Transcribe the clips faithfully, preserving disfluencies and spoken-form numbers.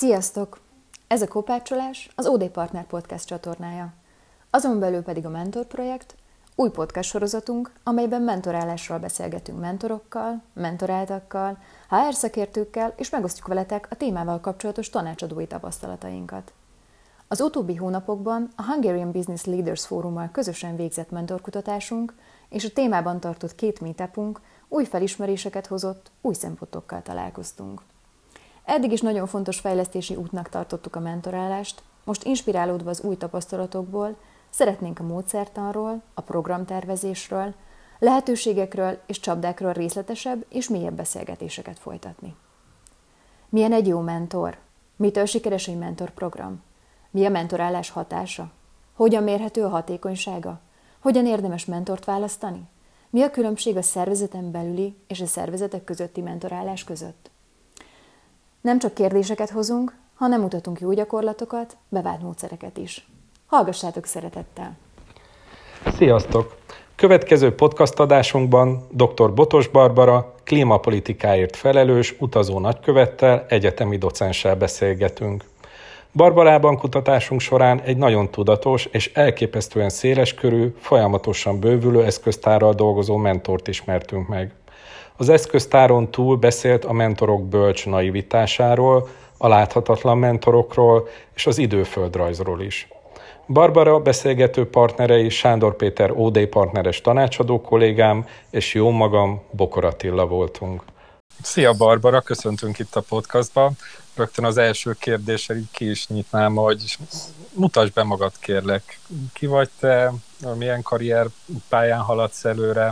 Sziasztok! Ez a Kopácsolás az o dé Partner Podcast csatornája. Azon belül pedig a Mentor Projekt, új podcast sorozatunk, amelyben mentorálásról beszélgetünk mentorokkal, mentoráltakkal, há er szakértőkkel, és megosztjuk veletek a témával kapcsolatos tanácsadói tapasztalatainkat. Az utóbbi hónapokban a Hungarian Business Leaders Fórummal közösen végzett mentorkutatásunk és a témában tartott két meetupunk új felismeréseket hozott, új szempontokkal találkoztunk. Eddig is nagyon fontos fejlesztési útnak tartottuk a mentorálást, most inspirálódva az új tapasztalatokból szeretnénk a módszertanról, a programtervezésről, lehetőségekről és csapdákról részletesebb és mélyebb beszélgetéseket folytatni. Milyen egy jó mentor? Mitől sikeres egy mentorprogram? Mi a mentorálás hatása? Hogyan mérhető a hatékonysága? Hogyan érdemes mentort választani? Mi a különbség a szervezeten belüli és a szervezetek közötti mentorálás között? Nem csak kérdéseket hozunk, hanem mutatunk jó gyakorlatokat, bevált módszereket is. Hallgassátok szeretettel! Sziasztok! Következő podcast adásunkban dr. Botos Barbara klímapolitikáért felelős utazó nagykövettel, egyetemi docenssel beszélgetünk. Barbarában kutatásunk során egy nagyon tudatos és elképesztően széleskörű, folyamatosan bővülő eszköztárral dolgozó mentort ismertünk meg. Az eszköztáron túl beszélt a mentorok bölcs naivitásáról, a láthatatlan mentorokról és az időföldrajzról is. Barbara beszélgető partnerei Sándor Péter o dé partneres tanácsadó kollégám és jó magam, Bokor Attila voltunk. Szia Barbara, köszöntünk itt a podcastban. Rögtön az első kérdéssel így ki is nyitnám, hogy mutasd be magad kérlek. Ki vagy te, milyen karrierpályán haladsz előre?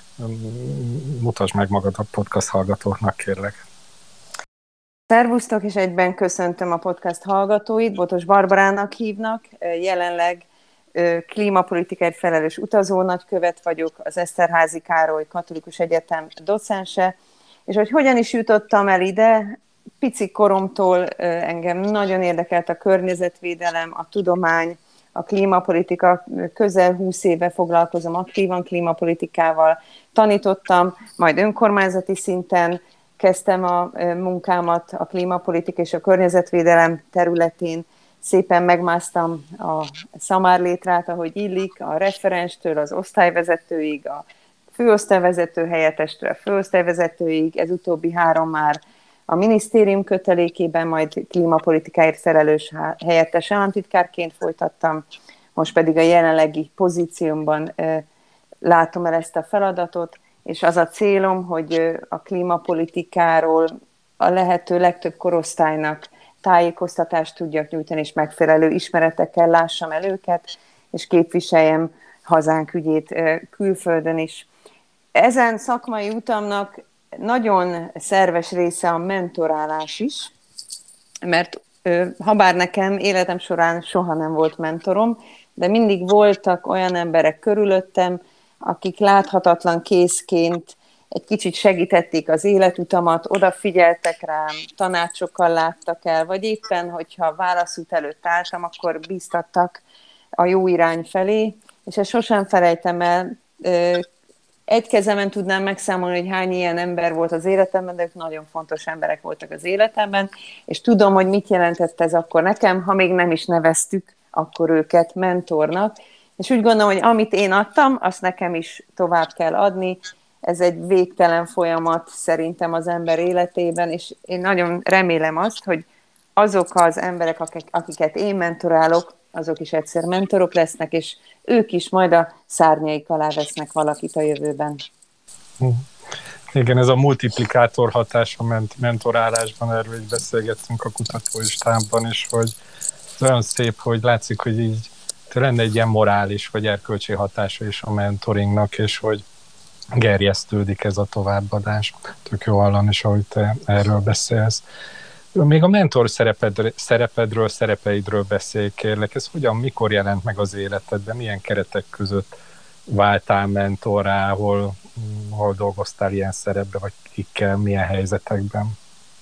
Mutasd meg magad a podcast hallgatóknak, kérlek. Szervusztok, és egyben köszöntöm a podcast hallgatóit. Botos Barbarának hívnak. Jelenleg klímapolitikáért felelős utazó nagykövet vagyok, az Eszterházy Károly Katolikus Egyetem docense. És hogy hogyan is jutottam el ide, pici koromtól engem nagyon érdekelt a környezetvédelem, a tudomány, a klímapolitika. Közel húsz éve foglalkozom aktívan klímapolitikával. Tanítottam, majd önkormányzati szinten kezdtem a munkámat a klímapolitika és a környezetvédelem területén. Szépen megmásztam a szamárlétrát, ahogy illik, a referenstől az osztályvezetőig, a főosztályvezető helyettestől a főosztályvezetőig, ez utóbbi három már a minisztérium kötelékében, majd klímapolitikáért felelős helyettes államtitkárként folytattam, most pedig a jelenlegi pozíciómban látom el ezt a feladatot, és az a célom, hogy a klímapolitikáról a lehető legtöbb korosztálynak tájékoztatást tudjak nyújtani, és megfelelő ismeretekkel lássam el őket, és képviseljem hazánk ügyét külföldön is. Ezen szakmai utamnak nagyon szerves része a mentorálás is, mert habár nekem életem során soha nem volt mentorom, de mindig voltak olyan emberek körülöttem, akik láthatatlan kézként egy kicsit segítették az életutamat, odafigyeltek rám, tanácsokkal láttak el, vagy éppen, hogyha válaszút előtt álltam, akkor bíztattak a jó irány felé, és ezt sosem felejtem el. Egy kezemen tudnám megszámolni, hogy hány ilyen ember volt az életemben, de ők nagyon fontos emberek voltak az életemben, és tudom, hogy mit jelentett ez akkor nekem, ha még nem is neveztük akkor őket mentornak, és úgy gondolom, hogy amit én adtam, azt nekem is tovább kell adni. Ez egy végtelen folyamat szerintem az ember életében, és én nagyon remélem azt, hogy azok az emberek, akik, akiket én mentorálok, azok is egyszer mentorok lesznek, és ők is majd a szárnyaik alá vesznek valakit a jövőben. Igen, ez a multiplikátor hatás a ment- mentorálásban, erről így beszélgettünk a kutatói stábban is, hogy olyan szép, hogy látszik, hogy így lenne egy ilyen morális vagy erkölcsi hatása is a mentoringnak, és hogy gerjesztődik ez a továbbadás. Tök jó hallani is, ahogy te erről beszélsz. Még a mentor szerepedről, szerepedről, szerepeidről beszélj, kérlek. Ez hogyan, mikor jelent meg az életedben? Milyen keretek között váltál mentorrá, hol, hol dolgoztál ilyen szerepben, vagy kikkel, milyen helyzetekben?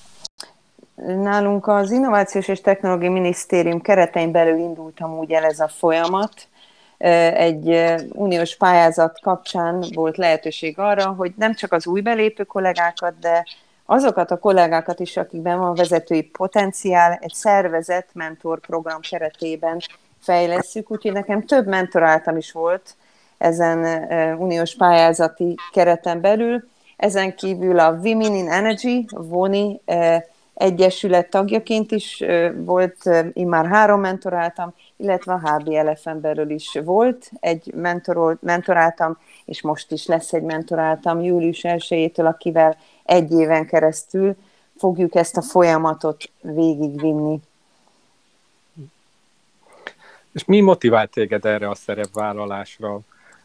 Nálunk az Innovációs és Technológiai Minisztérium keretein belül indultam úgy el ez a folyamat. Egy uniós pályázat kapcsán volt lehetőség arra, hogy nem csak az új belépő kollégákat, de azokat a kollégákat is, akikben van vezetői potenciál, egy szervezett mentorprogram keretében fejlesszük, úgyhogy nekem több mentoráltam is volt ezen uniós pályázati kereten belül. Ezen kívül a Women in Energy, VONI egyesület tagjaként is volt, én már három mentoráltam, illetve a há bé el ef-en belül is volt egy mentorol, mentoráltam, és most is lesz egy mentoráltam július elsejétől, akivel egy éven keresztül fogjuk ezt a folyamatot végigvinni. És mi motivált téged erre a szerepvállalásra?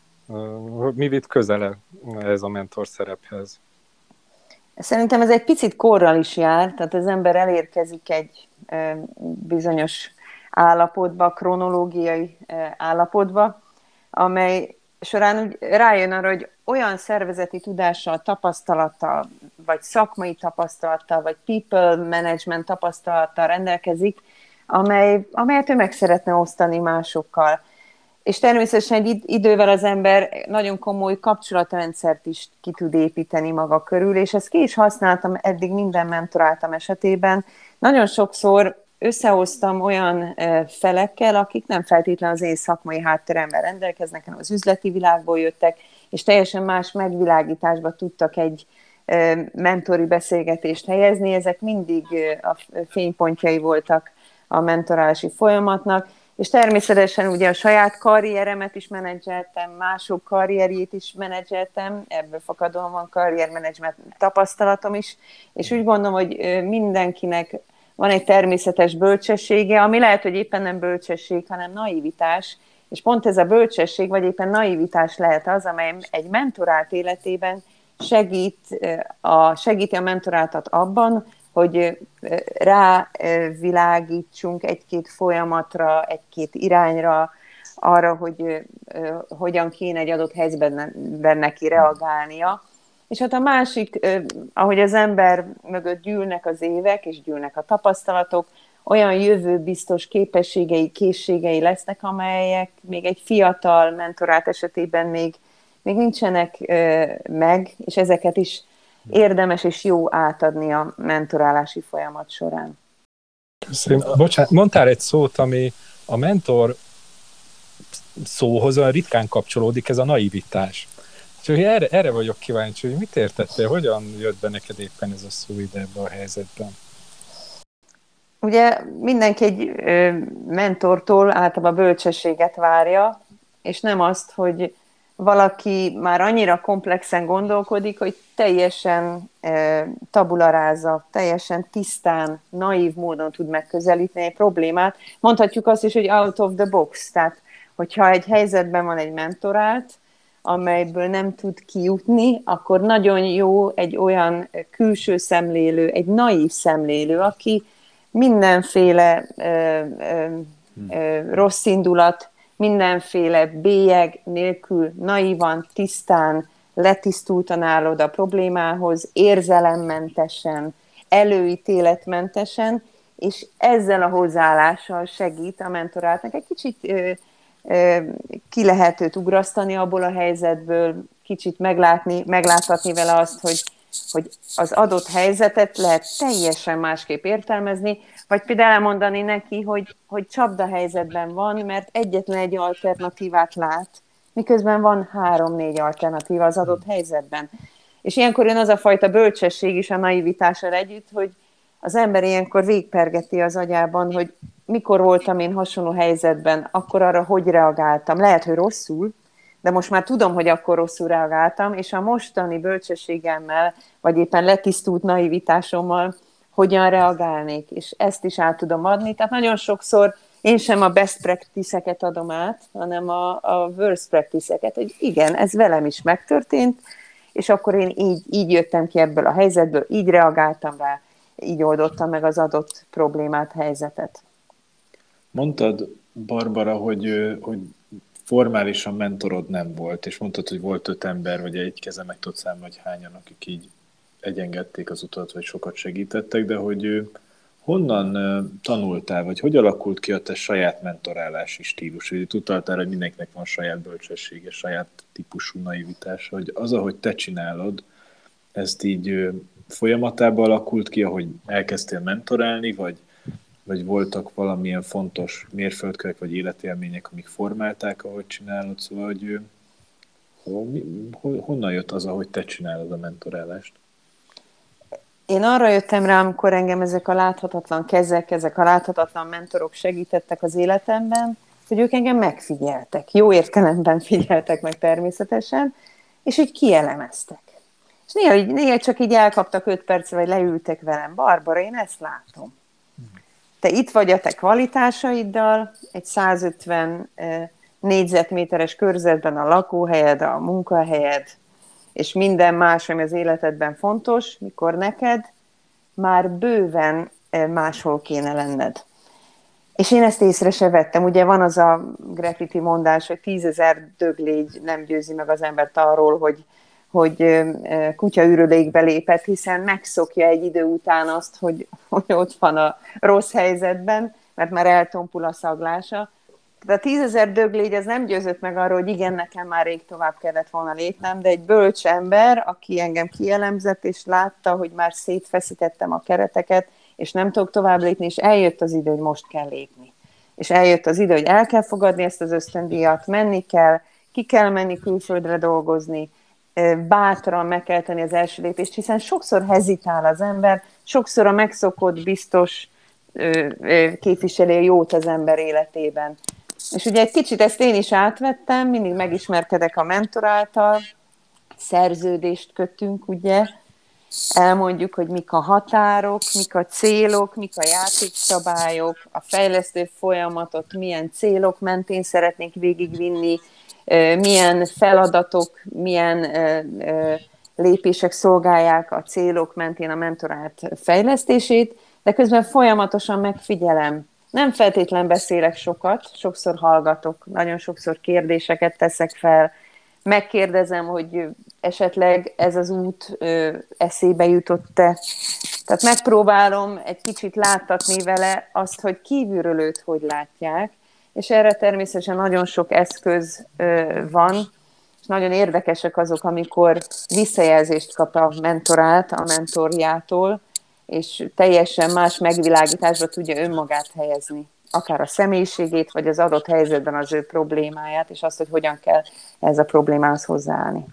Mi vitt közele ez a mentor szerephez? Szerintem ez egy picit korral is jár, tehát az ember elérkezik egy bizonyos állapotba, kronológiai állapotba, amely során úgy rájön arra, hogy olyan szervezeti tudással, tapasztalattal, vagy szakmai tapasztalattal, vagy people management tapasztalattal rendelkezik, amely, amelyet ő meg szeretne osztani másokkal. És természetesen egy idővel az ember nagyon komoly kapcsolatrendszert is ki tud építeni maga körül, és ezt ki is használtam eddig minden mentoráltam esetében. Nagyon sokszor összehoztam olyan felekkel, akik nem feltétlenül az én szakmai hátteremmel rendelkeznek, hanem az üzleti világból jöttek, és teljesen más megvilágításba tudtak egy mentori beszélgetést helyezni. Ezek mindig a fénypontjai voltak a mentorálási folyamatnak, és természetesen ugye a saját karrieremet is menedzseltem, mások karrierjét is menedzseltem, ebből fakadóan van karriermenedzsment tapasztalatom is, és úgy gondolom, hogy mindenkinek van egy természetes bölcsessége, ami lehet, hogy éppen nem bölcsesség, hanem naivitás, és pont ez a bölcsesség, vagy éppen naivitás lehet az, amely egy mentorált életében segít a, segíti a mentoráltat abban, hogy rávilágítsunk egy-két folyamatra, egy-két irányra, arra, hogy hogyan kéne egy adott helyzetben neki reagálnia. És hát a másik, ahogy az ember mögött gyűlnek az évek, és gyűlnek a tapasztalatok, olyan jövőbiztos képességei, készségei lesznek, amelyek még egy fiatal mentorát esetében még, még nincsenek meg, és ezeket is érdemes és jó átadni a mentorálási folyamat során. Köszönöm. Bocsánat, mondtál egy szót, ami a mentor szóhoz olyan ritkán kapcsolódik, ez a naivitás. Csak erre, erre vagyok kíváncsi, hogy mit értettél, hogyan jött be neked éppen ez a szó ide ebbe a helyzetben? Ugye mindenki egy mentortól általában bölcsességet várja, és nem azt, hogy valaki már annyira komplexen gondolkodik, hogy teljesen e, tabularáza, teljesen tisztán, naív módon tud megközelíteni egy problémát. Mondhatjuk azt is, hogy out of the box. Tehát, hogyha egy helyzetben van egy mentorált, amelyből nem tud kijutni, akkor nagyon jó egy olyan külső szemlélő, egy naív szemlélő, aki mindenféle e, e, e, rossz indulat, mindenféle bélyeg nélkül, naívan, tisztán, letisztultan áll oda a problémához, érzelemmentesen, előítéletmentesen, és ezzel a hozzáállással segít a mentoráltnak egy kicsit ö, ö, ki lehet őt ugrasztani abból a helyzetből, kicsit meglátni, megláthatni vele azt, hogy, hogy az adott helyzetet lehet teljesen másképp értelmezni, vagy például elmondani neki, hogy, hogy csapdahelyzetben van, mert egyetlen egy alternatívát lát, miközben van három-négy alternatíva az adott helyzetben. És ilyenkor jön az a fajta bölcsesség is a naivitással együtt, hogy az ember ilyenkor végpergeti az agyában, hogy mikor voltam én hasonló helyzetben, akkor arra hogy reagáltam. Lehet, hogy rosszul, de most már tudom, hogy akkor rosszul reagáltam, és a mostani bölcsességemmel, vagy éppen letisztult naivitásommal hogyan reagálnék, és ezt is át tudom adni. Tehát nagyon sokszor én sem a best practice-eket adom át, hanem a, a worst practice-eket, hogy igen, ez velem is megtörtént, és akkor én így, így jöttem ki ebből a helyzetből, így reagáltam rá, így oldottam meg az adott problémát, helyzetet. Mondtad, Barbara, hogy, hogy formálisan mentorod nem volt, és mondtad, hogy volt öt ember, vagy egy kezen meg tudsz számolni, hogy hányan, akik így egyengedték az utat, vagy sokat segítettek, de hogy honnan tanultál, vagy hogy alakult ki a te saját mentorálási stílus? Hogy utaltál, hogy mindenkinek van saját bölcsessége, saját típusú naivitás, hogy az, ahogy te csinálod, ezt így folyamatában alakult ki, ahogy elkezdtél mentorálni, vagy, vagy voltak valamilyen fontos mérföldkövek, vagy életélmények, amik formálták, ahogy csinálod, szóval, hogy honnan jött az, ahogy te csinálod a mentorálást? Én arra jöttem rá, amikor engem ezek a láthatatlan kezek, ezek a láthatatlan mentorok segítettek az életemben, hogy ők engem megfigyeltek. Jó értelemben figyeltek meg természetesen, és úgy kielemeztek. És néha, néha csak így elkaptak öt percre, vagy leültek velem. Barbara, én ezt látom. Te itt vagy a te kvalitásaiddal, egy százötven négyzetméteres körzetben a lakóhelyed, a munkahelyed, és minden más, ami az életedben fontos, mikor neked már bőven máshol kéne lenned. És én ezt észre se vettem. Ugye van az a graffiti mondás, hogy tízezer döglégy nem győzi meg az embert arról, hogy, hogy kutya ürülékbe lépett, hiszen megszokja egy idő után azt, hogy, hogy ott van a rossz helyzetben, mert már eltompul a szaglása. Tehát a tízezer döglégy az nem győzött meg arról, hogy igen, nekem már rég tovább kellett volna lépnem, de egy bölcs ember, aki engem kielemzett, és látta, hogy már szétfeszítettem a kereteket, és nem tudok tovább lépni, és eljött az idő, hogy most kell lépni. És eljött az idő, hogy el kell fogadni ezt az ösztöndíjat, menni kell, ki kell menni külföldre dolgozni, bátran meg kell tenni az első lépést, hiszen sokszor hezitál az ember, sokszor a megszokott, biztos képviseli a jót az ember életében. És ugye egy kicsit ezt én is átvettem, mindig megismerkedek a mentor által, szerződést kötünk, ugye, elmondjuk, hogy mik a határok, mik a célok, mik a játékszabályok, a fejlesztő folyamatot milyen célok mentén szeretnénk végigvinni, milyen feladatok, milyen lépések szolgálják a célok mentén a mentorált fejlesztését, de közben folyamatosan megfigyelem. Nem feltétlen beszélek sokat, sokszor hallgatok, nagyon sokszor kérdéseket teszek fel, megkérdezem, hogy esetleg ez az út ö, eszébe jutott-e. Tehát megpróbálom egy kicsit láttatni vele azt, hogy kívülről őt hogy látják, és erre természetesen nagyon sok eszköz ö, van, és nagyon érdekesek azok, amikor visszajelzést kap a mentorát, a mentorjától, és teljesen más megvilágításba tudja önmagát helyezni. Akár a személyiségét, vagy az adott helyzetben az ő problémáját, és azt, hogy hogyan kell ez a problémához hozzáállni.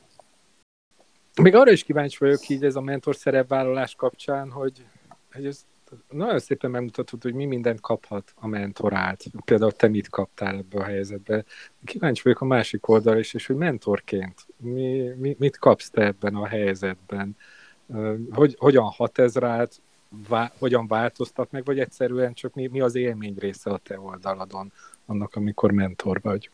Még arra is kíváncsi vagyok így ez a mentor szerepvállalás kapcsán, hogy, hogy ez nagyon szépen megmutatod, hogy mi mindent kaphat a mentorált. Például te mit kaptál ebbe a helyzetbe. Kíváncsi vagyok a másik oldalra is, és hogy mentorként mi, mi, mit kapsz te ebben a helyzetben. Hogy, hogyan hat ez rád, vá, hogyan változtat meg, vagy egyszerűen csak mi, mi az élmény része a te oldaladon annak, amikor mentor vagy?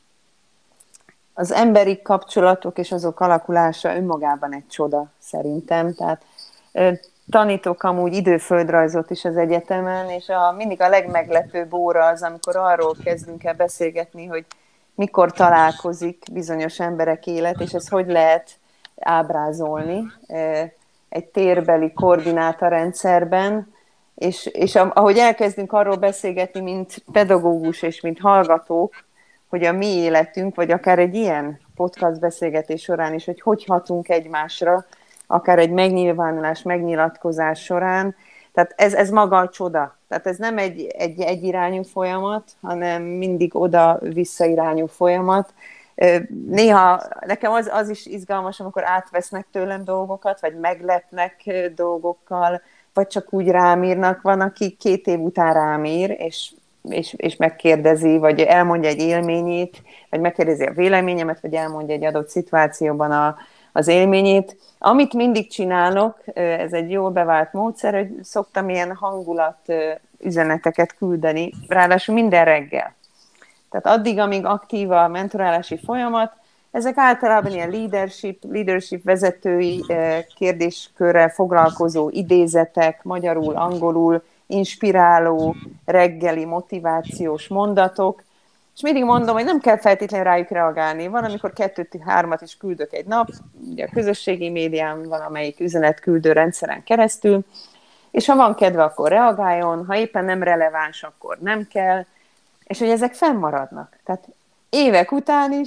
Az emberi kapcsolatok és azok alakulása önmagában egy csoda, szerintem. Tehát tanítok amúgy időföldrajzot is az egyetemen, és a, mindig a legmeglepőbb óra az, amikor arról kezdünk el beszélgetni, hogy mikor találkozik bizonyos emberek élet, és ezt hogy lehet ábrázolni egy térbeli koordinátorrendszerben, és, és ahogy elkezdünk arról beszélgetni, mint pedagógus és mint hallgatók, hogy a mi életünk, vagy akár egy ilyen podcast beszélgetés során is, hogy hogy hatunk egymásra, akár egy megnyilvánulás, megnyilatkozás során. Tehát ez, ez maga a csoda. Tehát ez nem egy, egy egyirányú folyamat, hanem mindig oda-visszairányú folyamat. Néha nekem az, az is izgalmas, amikor átvesznek tőlem dolgokat, vagy meglepnek dolgokkal, vagy csak úgy rám írnak. Van, aki két év után rám ír, és, és, és megkérdezi, vagy elmondja egy élményét, vagy megkérdezi a véleményemet, vagy elmondja egy adott szituációban a, az élményét. Amit mindig csinálok, ez egy jól bevált módszer, hogy szoktam ilyen hangulat üzeneteket küldeni, ráadásul minden reggel. Tehát addig, amíg aktív a mentorálási folyamat, ezek általában ilyen leadership, leadership vezetői kérdéskörrel foglalkozó idézetek, magyarul, angolul, inspiráló, reggeli, motivációs mondatok, és mindig mondom, hogy nem kell feltétlenül rájuk reagálni. Van, amikor kettőt, hármat is küldök egy nap, ugye a közösségi médián valamelyik üzenetküldő rendszeren keresztül, és ha van kedve, akkor reagáljon, ha éppen nem releváns, akkor nem kell, és hogy ezek fennmaradnak. Tehát évek után is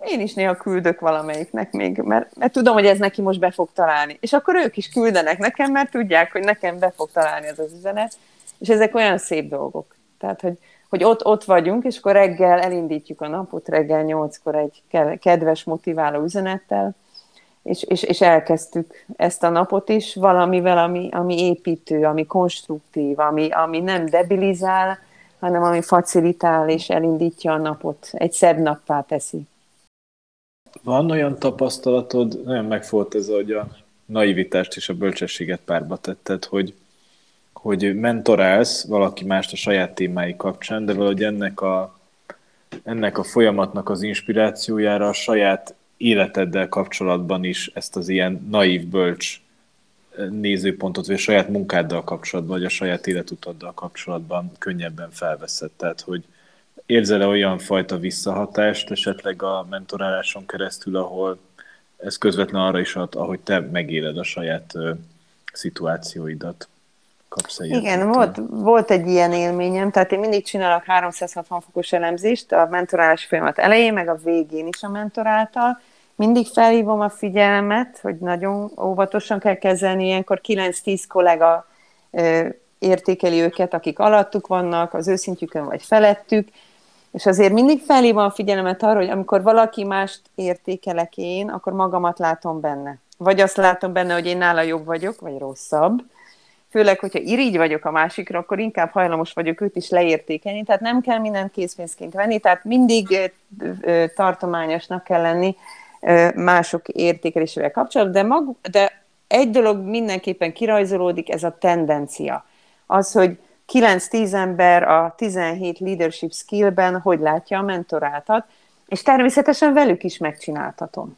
én is néha küldök valamelyiknek még, mert, mert tudom, hogy ez neki most be fog találni. És akkor ők is küldenek nekem, mert tudják, hogy nekem be fog találni ez az üzenet. És ezek olyan szép dolgok. Tehát, hogy, hogy ott, ott vagyunk, és akkor reggel elindítjuk a napot, reggel nyolckor egy kedves, motiváló üzenettel, és, és, és elkezdtük ezt a napot is valamivel, ami, ami építő, ami konstruktív, ami, ami nem debilizál, hanem ami facilitál és elindítja a napot, egy szebb nappá teszi. Van olyan tapasztalatod, nagyon megfogott ez, hogy a naivitást és a bölcsességet párba tetted, hogy, hogy mentorálsz valaki mást a saját témái kapcsán, de valahogy ennek a, ennek a folyamatnak az inspirációjára a saját életeddel kapcsolatban is ezt az ilyen naív, bölcs nézőpontot, vagy a saját munkáddal kapcsolatban, vagy a saját életutaddal kapcsolatban könnyebben felveszed. Tehát, hogy érzel-e olyan fajta visszahatást esetleg a mentoráláson keresztül, ahol ez közvetlen arra is ad, ahogy te megéled a saját uh, szituációidat? Kapsz-e Igen, volt, volt egy ilyen élményem, tehát én mindig csinálok háromszázhatvan fokos elemzést a mentorálás folyamat elején, meg a végén is a mentoráltal. Mindig felhívom a figyelmet, hogy nagyon óvatosan kell kezelni, ilyenkor kilenc-tíz kollega ö, értékeli őket, akik alattuk vannak, az őszintjükön vagy felettük, és azért mindig felhívom a figyelmet arra, hogy amikor valaki mást értékelek én, akkor magamat látom benne. Vagy azt látom benne, hogy én nála jobb vagyok, vagy rosszabb. Főleg, hogyha irigy vagyok a másikra, akkor inkább hajlamos vagyok őt is leértékelni. Tehát nem kell mindent készpénzként venni, tehát mindig tartományosnak kell lenni mások értékelésével kapcsolatban, de, mag, de egy dolog mindenképpen kirajzolódik, ez a tendencia. Az, hogy kilenc-tíz ember a tizenhét leadership skillben hogy látja a mentoráltat, és természetesen velük is megcsináltatom.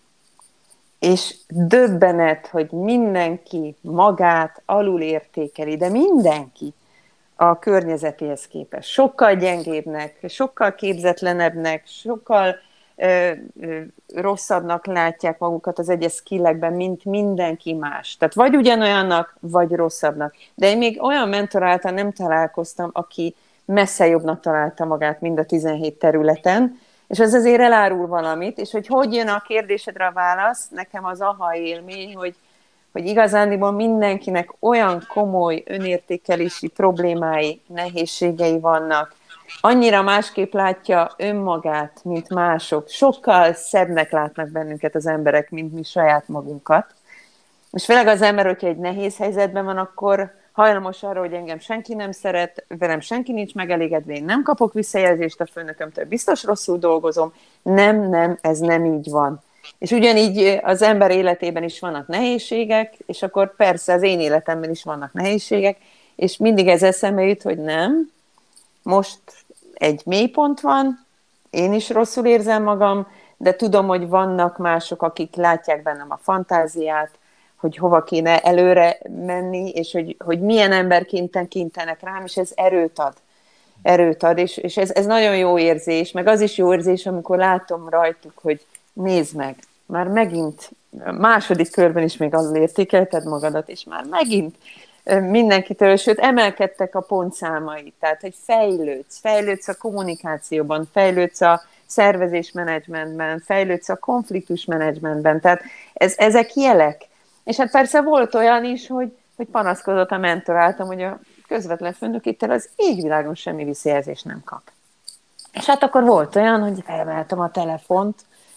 És döbbenet, hogy mindenki magát alul értékeli, de mindenki a környezetéhez képest. Sokkal gyengébbnek, sokkal képzetlenebbnek, sokkal ö, ö, rosszabbnak látják magukat az egyes skillekben, mint mindenki más. Tehát vagy ugyanolyannak, vagy rosszabbnak. De én még olyan mentoráltal nem találkoztam, aki messze jobbnak találta magát mind a tizenhét területen, és ez azért elárul valamit, és hogy hogy jön a kérdésedre a válasz, nekem az aha élmény, hogy, hogy igazándiból mindenkinek olyan komoly önértékelési problémái, nehézségei vannak, annyira másképp látja önmagát, mint mások, sokkal szebbnek látnak bennünket az emberek, mint mi saját magunkat. És főleg az ember, hogyha egy nehéz helyzetben van, akkor hajlamos arra, hogy engem senki nem szeret, velem senki nincs megelégedve, én nem kapok visszajelzést a főnökömtől, biztos rosszul dolgozom. Nem, nem, ez nem így van. És ugyanígy az ember életében is vannak nehézségek, és akkor persze az én életemben is vannak nehézségek, és mindig ez eszembe jut, hogy nem, most egy mélypont van, én is rosszul érzem magam, de tudom, hogy vannak mások, akik látják bennem a fantáziát, hogy hova kéne előre menni, és hogy, hogy milyen emberként tekintenek rám, és ez erőt ad. Erőt ad, és, és ez, ez nagyon jó érzés, meg az is jó érzés, amikor látom rajtuk, hogy nézd meg, már megint második körben is még alul értékelted magadat, és már megint mindenkitől, sőt, emelkedtek a pontszámai, tehát, hogy fejlődsz, fejlődsz a kommunikációban, fejlődsz a szervezésmenedzsmentben, fejlődsz a konfliktusmenedzsmentben, tehát ez, ezek jelek. És hát persze volt olyan is, hogy, hogy panaszkodott a mentoráltam, hogy a közvetlen főnökétől az égvilágon semmi visszajelzést nem kap. És hát akkor volt olyan, hogy felmeltem a telefont,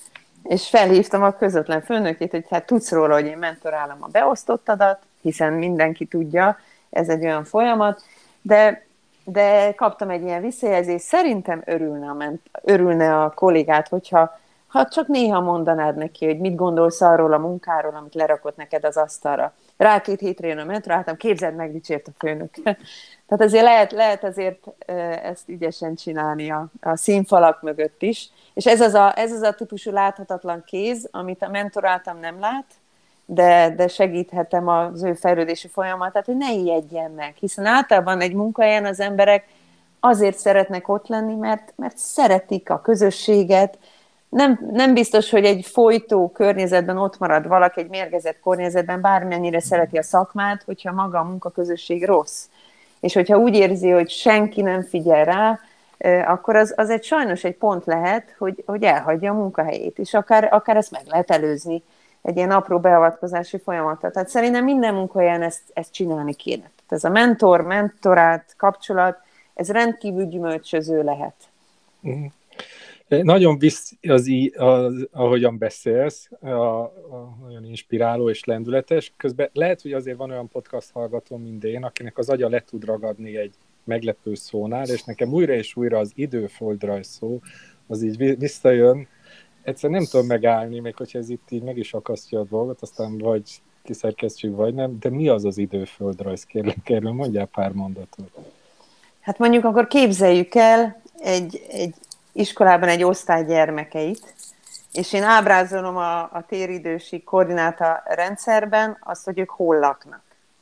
és felhívtam a közvetlen főnökét, hogy hát tudsz róla, hogy én mentorálom a beosztottadat, hiszen mindenki tudja, ez egy olyan folyamat, de, de kaptam egy ilyen visszajelzést, szerintem örülne a, ment, örülne a kollégát, hogyha ha csak néha mondanád neki, hogy mit gondolsz arról a munkáról, amit lerakott neked az asztalra. Rá két hétre jön a mentoráltam, képzeld meg, dicsért a főnök. Tehát azért lehet, lehet azért ezt ügyesen csinálni a, a színfalak mögött is. És ez az, a, ez az a típusú láthatatlan kéz, amit a mentoráltam nem lát, de, de segíthetem az ő fejlődési folyamatát, hogy ne ijedjen meg. Hiszen általában egy munkahelyen az emberek azért szeretnek ott lenni, mert, mert szeretik a közösséget. Nem, nem biztos, hogy egy folytó környezetben ott marad valaki, egy mérgezett környezetben, bármennyire szereti a szakmát, hogyha maga a munkaközösség rossz. És hogyha úgy érzi, hogy senki nem figyel rá, akkor az, az egy sajnos egy pont lehet, hogy, hogy elhagyja a munkahelyét, és akár, akár ezt meg lehet előzni egy ilyen apró beavatkozási folyamattal. Tehát szerintem minden munkahelyen ezt, ezt csinálni kéne. Tehát ez a mentor-mentorát kapcsolat, ez rendkívül gyümölcsöző lehet. Mm. Nagyon visz az, az, ahogyan beszélsz, a, a, nagyon inspiráló és lendületes. Közben lehet, hogy azért van olyan podcast hallgató, mint én, akinek az agya le tud ragadni egy meglepő szónál, és nekem újra és újra az időföldrajz szó, az így visszajön. Egyszer nem tudom megállni, még hogyha ez itt így meg is akasztja a dolgot, aztán vagy kiszerkesztjük, vagy nem, de mi az az időföldrajz? Kérlek, erről mondjál pár mondatot. Hát mondjuk akkor képzeljük el egy, egy iskolában egy osztály gyermekeit, és én ábrázolom a, a téridősi koordináta rendszerben azt, hogy ők hol laknak.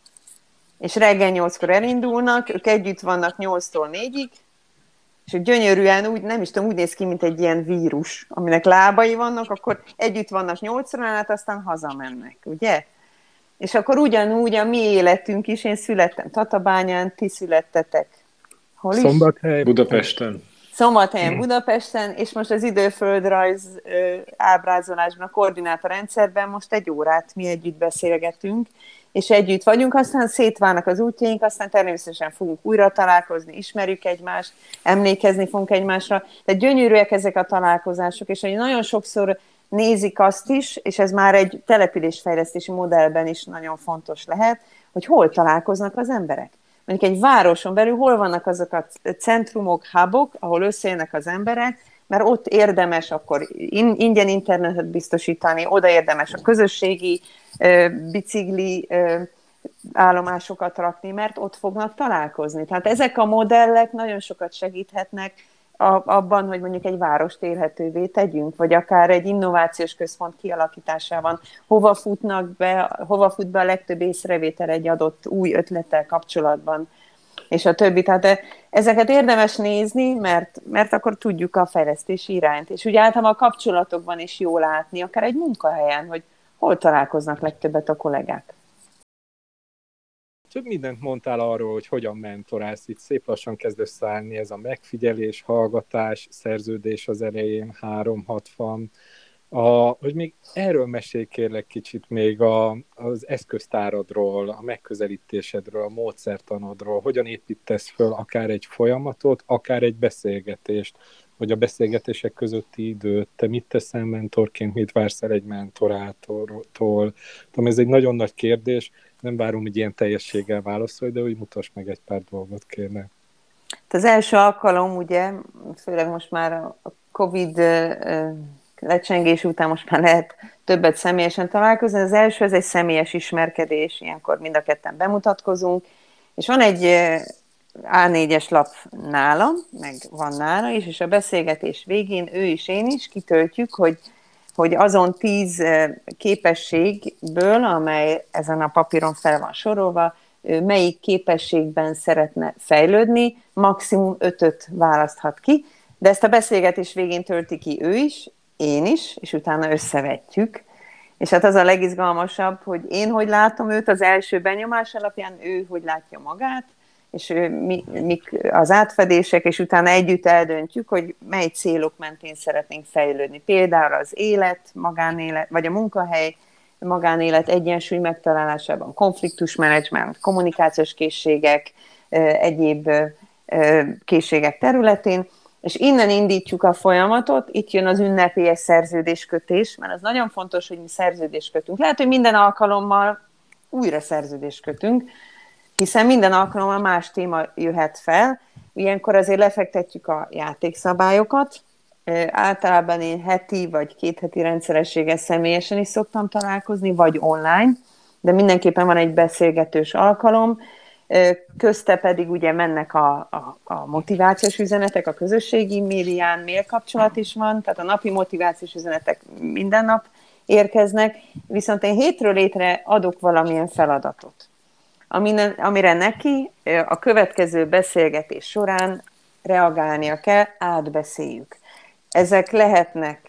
És reggel nyolckor elindulnak, ők együtt vannak nyolctól négyig, és gyönyörűen úgy, nem is tudom, úgy néz ki, mint egy ilyen vírus, aminek lábai vannak, akkor együtt vannak nyolcra át, aztán hazamennek, ugye? És akkor ugyanúgy a mi életünk is, én születtem Tatabányán, ti születtetek. Hol is? Szombathely, Budapesten. Szombathelyen, Budapesten, és most az időföldrajz ö, ábrázolásban, a koordinátorrendszerben most egy órát mi együtt beszélgetünk, és együtt vagyunk, aztán szétválnak az útjaink, aztán természetesen fogunk újra találkozni, ismerjük egymást, emlékezni fogunk egymásra. Tehát gyönyörűek ezek a találkozások, és hogy nagyon sokszor nézik azt is, és ez már egy településfejlesztési modellben is nagyon fontos lehet, hogy hol találkoznak az emberek. Mondjuk egy városon belül hol vannak azok a centrumok, hubok, ahol összejönnek az emberek, mert ott érdemes akkor ingyen internetet biztosítani, oda érdemes a közösségi bicikli állomásokat rakni, mert ott fognak találkozni. Tehát ezek a modellek nagyon sokat segíthetnek abban, hogy mondjuk egy várost élhetővé tegyünk, vagy akár egy innovációs központ kialakításában hova futnak be, hova fut be a legtöbb észrevétel egy adott új ötlettel kapcsolatban, és a többi. Tehát ezeket érdemes nézni, mert, mert akkor tudjuk a fejlesztési irányt. És ugye általában a kapcsolatokban is jól látni, akár egy munkahelyen, hogy hol találkoznak legtöbbet a kollégák. Több mindent mondtál arról, hogy hogyan mentorálsz, itt szép lassan kezd összeállni ez a megfigyelés, hallgatás, szerződés az elején, három hatvan. A, hogy még erről mesélj kérlek kicsit még a, az eszköztáradról, a megközelítésedről, a módszertanodról, hogyan építesz föl akár egy folyamatot, akár egy beszélgetést, vagy a beszélgetések közötti időt, te mit teszel mentorként, mit vársz el egy mentorától. Tudom, ez egy nagyon nagy kérdés, nem várom, hogy ilyen teljességgel válaszolj, de úgy mutass meg egy pár dolgot, kérlek. Az első alkalom, ugye, főleg most már a Covid lecsengés után most már lehet többet személyesen találkozni. Az első, ez egy személyes ismerkedés, ilyenkor mind a ketten bemutatkozunk, és van egy á négyes lap nálam, meg van nála is, és a beszélgetés végén ő is, én is kitöltjük, hogy, hogy azon tíz képességből, amely ezen a papíron fel van sorolva, melyik képességben szeretne fejlődni, maximum ötöt választhat ki, de ezt a beszélgetés végén tölti ki ő is, én is, és utána összevetjük. És hát az a legizgalmasabb, hogy én hogy látom őt az első benyomás alapján, ő hogy látja magát, és mi, mik az átfedések, és utána együtt eldöntjük, hogy mely célok mentén szeretnénk fejlődni. Például az élet, magánélet, vagy a munkahely, magánélet egyensúly megtalálásában, konfliktusmenedzsment, kommunikációs készségek, egyéb készségek területén, és innen indítjuk a folyamatot, itt jön az ünnepélyes szerződéskötés, mert az nagyon fontos, hogy mi szerződést kötünk. Lehet, hogy minden alkalommal újra szerződést kötünk, hiszen minden alkalommal más téma jöhet fel. Ilyenkor azért lefektetjük a játékszabályokat. Általában én heti vagy két heti rendszerességgel személyesen is szoktam találkozni, vagy online, de mindenképpen van egy beszélgetős alkalom. Közte pedig ugye mennek a, a, a motivációs üzenetek, a közösségi médián mail kapcsolat is van, tehát a napi motivációs üzenetek minden nap érkeznek, viszont én hétről létre adok valamilyen feladatot, amire neki a következő beszélgetés során reagálnia kell, átbeszéljük. Ezek lehetnek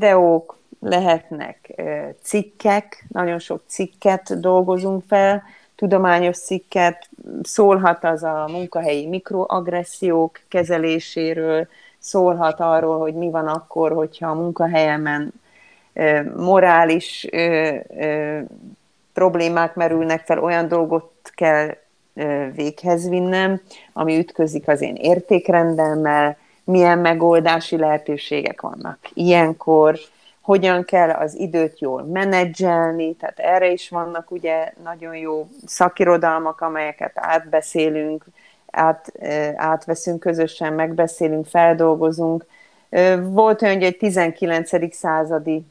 videók, lehetnek cikkek, nagyon sok cikket dolgozunk fel, tudományos cikket, szólhat az a munkahelyi mikroagressziók kezeléséről, szólhat arról, hogy mi van akkor, hogyha a munkahelyemen morális ö, ö, problémák merülnek fel, olyan dolgot kell ö, véghez vinnem, ami ütközik az én értékrendemmel, milyen megoldási lehetőségek vannak ilyenkor, hogyan kell az időt jól menedzselni, tehát erre is vannak ugye nagyon jó szakirodalmak, amelyeket átbeszélünk, át, átveszünk közösen, megbeszélünk, feldolgozunk. Volt olyan, hogy egy tizenkilencedik századi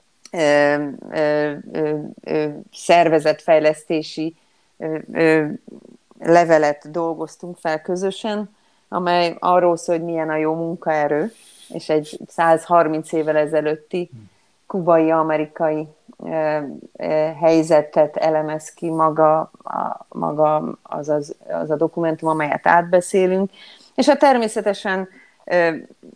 ö, ö, ö, ö, szervezetfejlesztési ö, ö, levelet dolgoztunk fel közösen, amely arról szól, hogy milyen a jó munkaerő, és egy százharminc évvel ezelőtti kubai-amerikai eh, eh, helyzetet elemez ki maga, a, maga az, az, az a dokumentum, amelyet átbeszélünk. És hát természetesen eh,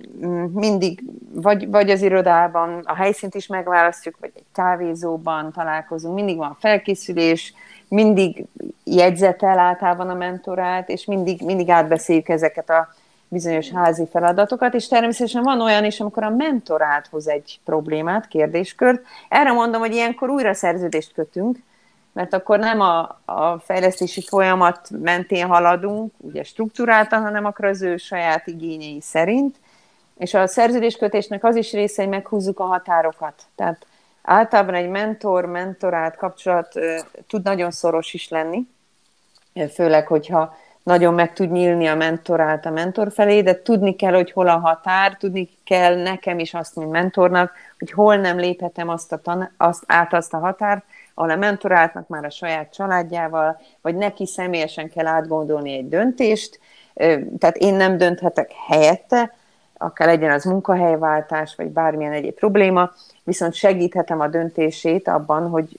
mindig vagy, vagy az irodában a helyszínt is megválasztjuk, vagy egy kávézóban találkozunk, mindig van felkészülés, mindig jegyzetel általában a mentorát, és mindig, mindig átbeszéljük ezeket a bizonyos házi feladatokat, és természetesen van olyan is, amikor a mentorát hoz egy problémát, kérdéskört. Erre mondom, hogy ilyenkor újra szerződést kötünk, mert akkor nem a, a fejlesztési folyamat mentén haladunk, ugye struktúráltan, hanem akkor az ő saját igényei szerint, és a szerződéskötésnek az is része, hogy meghúzzuk a határokat. Tehát általában egy mentor-mentorát kapcsolat tud nagyon szoros is lenni, főleg, hogyha nagyon meg tud nyílni a mentorált a mentor felé, de tudni kell, hogy hol a határ, tudni kell nekem is azt, mint mentornak, hogy hol nem léphetem azt, a tan- azt át azt a határt, ahol a mentoráltnak már a saját családjával, vagy neki személyesen kell átgondolni egy döntést, tehát én nem dönthetek helyette, akár legyen az munkahelyváltás, vagy bármilyen egyéb probléma, viszont segíthetem a döntését abban, hogy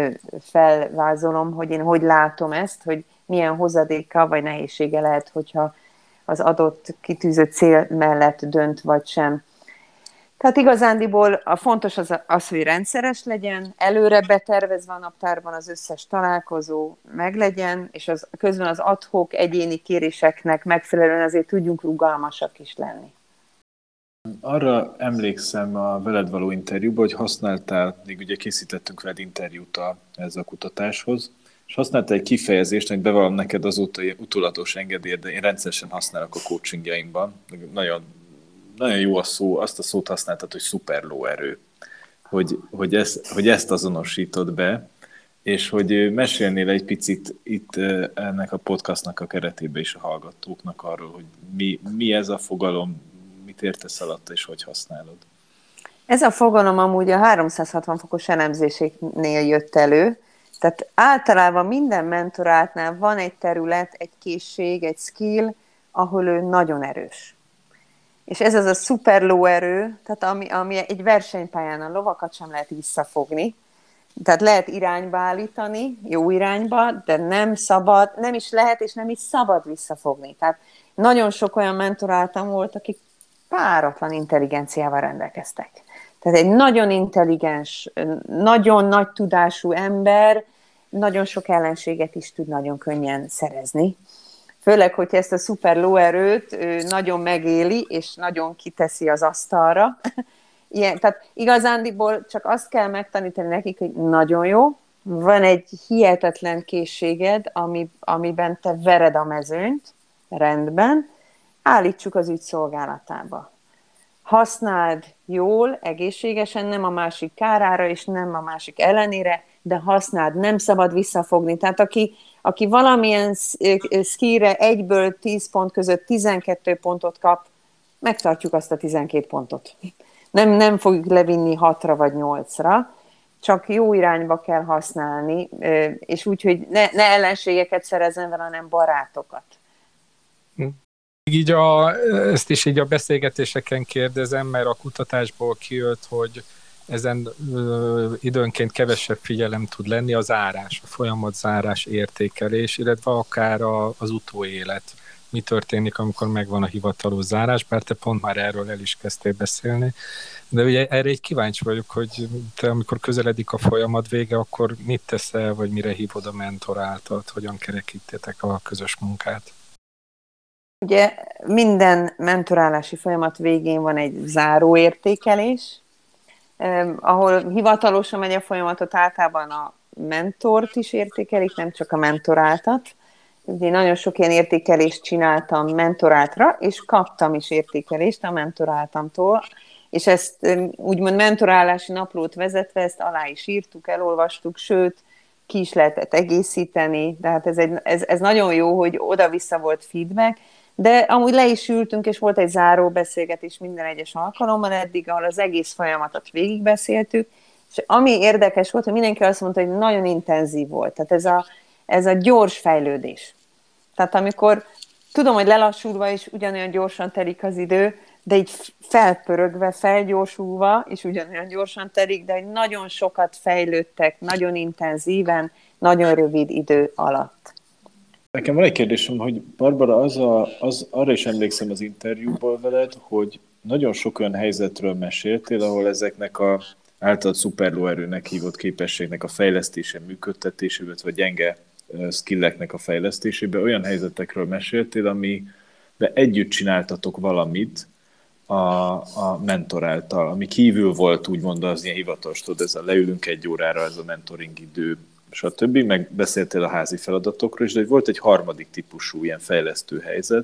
felvázolom, hogy én hogy látom ezt, hogy milyen hozadéka vagy nehézsége lehet, hogyha az adott kitűzött cél mellett dönt vagy sem. Tehát igazándiból a fontos az, az, hogy rendszeres legyen, előre betervezve a naptárban az összes találkozó meglegyen, és az, közben az ad hoc egyéni kéréseknek megfelelően azért tudjunk rugalmasak is lenni. Arra emlékszem a veled való interjúban, hogy használtál, még ugye készítettünk veled interjút a, ez a kutatáshoz, és használtál egy kifejezést, amit bevallom neked azóta utólatos engedély, de én rendszeresen használok a coachingjaimban. Nagyon, nagyon jó a szó, azt a szót használtad, hogy szuperlóerő, hogy, hogy, ez, hogy ezt azonosítod be, és hogy mesélnél egy picit itt ennek a podcastnak a keretében is a hallgatóknak arról, hogy mi, mi ez a fogalom, mit értesz alatt, és hogy használod? Ez a fogalom amúgy a háromszázhatvan fokos elemzésénél jött elő, tehát általában minden mentorátnál van egy terület, egy készség, egy skill, ahol ő nagyon erős. És ez az a szuper lóerő, tehát ami, ami egy versenypályán a lovakat sem lehet visszafogni, tehát lehet irányba állítani, jó irányba, de nem szabad, nem is lehet, és nem is szabad visszafogni. Tehát nagyon sok olyan mentoráltam volt, akik páratlan intelligenciával rendelkeztek. Tehát egy nagyon intelligens, nagyon nagy tudású ember nagyon sok ellenséget is tud nagyon könnyen szerezni. Főleg, hogyha ezt a szuper lóerőt nagyon megéli, és nagyon kiteszi az asztalra. Ilyen, tehát igazándiból csak azt kell megtanítani nekik, hogy nagyon jó, van egy hihetetlen készséged, ami, amiben te vered a mezőnyt, rendben, állítsuk az ügy szolgálatába. Használd jól, egészségesen, nem a másik kárára, és nem a másik ellenére, de használd, nem szabad visszafogni. Tehát aki, aki valamilyen skillre egyből tíz pont között tizenkét pontot kap, megtartjuk azt a tizenkét pontot. Nem, nem fogjuk levinni hatra vagy nyolcra, csak jó irányba kell használni, és úgy, hogy ne, ne ellenségeket szerezzen vele, hanem barátokat. Így a, ezt is így a beszélgetéseken kérdezem, mert a kutatásból kijött, hogy ezen ö, időnként kevesebb figyelem tud lenni az zárás, a folyamat zárás, értékelés, illetve akár a, az utóélet. mi történik, amikor megvan a hivatalos zárás, bár te pont már erről el is kezdtél beszélni. De ugye erre egy kíváncsi vagyok, hogy te amikor közeledik a folyamat vége, akkor mit teszel, vagy mire hívod a mentoráltat, hogyan kerekítétek a közös munkát? Ugye minden mentorálási folyamat végén van egy záróértékelés, eh, ahol hivatalosan megy a folyamatot, általában a mentort is értékelik, nem csak a mentoráltat. Ugye én nagyon sok ilyen értékelést csináltam mentoráltra, és kaptam is értékelést a mentoráltamtól, és ezt úgymond mentorálási naplót vezetve, ezt alá is írtuk, elolvastuk, sőt, ki is lehetett egészíteni, tehát ez, egy, ez, ez nagyon jó, hogy oda-vissza volt feedback, de amúgy le is ültünk, és volt egy záró beszélgetés minden egyes alkalommal eddig, ahol az egész folyamatot végigbeszéltük, és ami érdekes volt, hogy mindenki azt mondta, hogy nagyon intenzív volt, tehát ez a, ez a gyors fejlődés. Tehát amikor tudom, hogy lelassulva is ugyanolyan gyorsan telik az idő, de így felpörögve, felgyorsulva, és ugyanolyan gyorsan telik, de hogy nagyon sokat fejlődtek, nagyon intenzíven, nagyon rövid idő alatt. Nekem van egy kérdésem, hogy Barbara, az a, az, arra is emlékszem az interjúból veled, hogy nagyon sok olyan helyzetről meséltél, ahol ezeknek a általad szuperlóerőnek hívott képességnek a fejlesztése, működtetésébe, vagy gyenge skilleknek a fejlesztésébe olyan helyzetekről meséltél, amiben együtt csináltatok valamit a, a mentor által, ami kívül volt úgymond az ilyen hivatalos, tudod, ez a leülünk egy órára, ez a mentoring idő, stb. Meg beszéltél a házi feladatokról is, de volt egy harmadik típusú ilyen fejlesztő helyzet.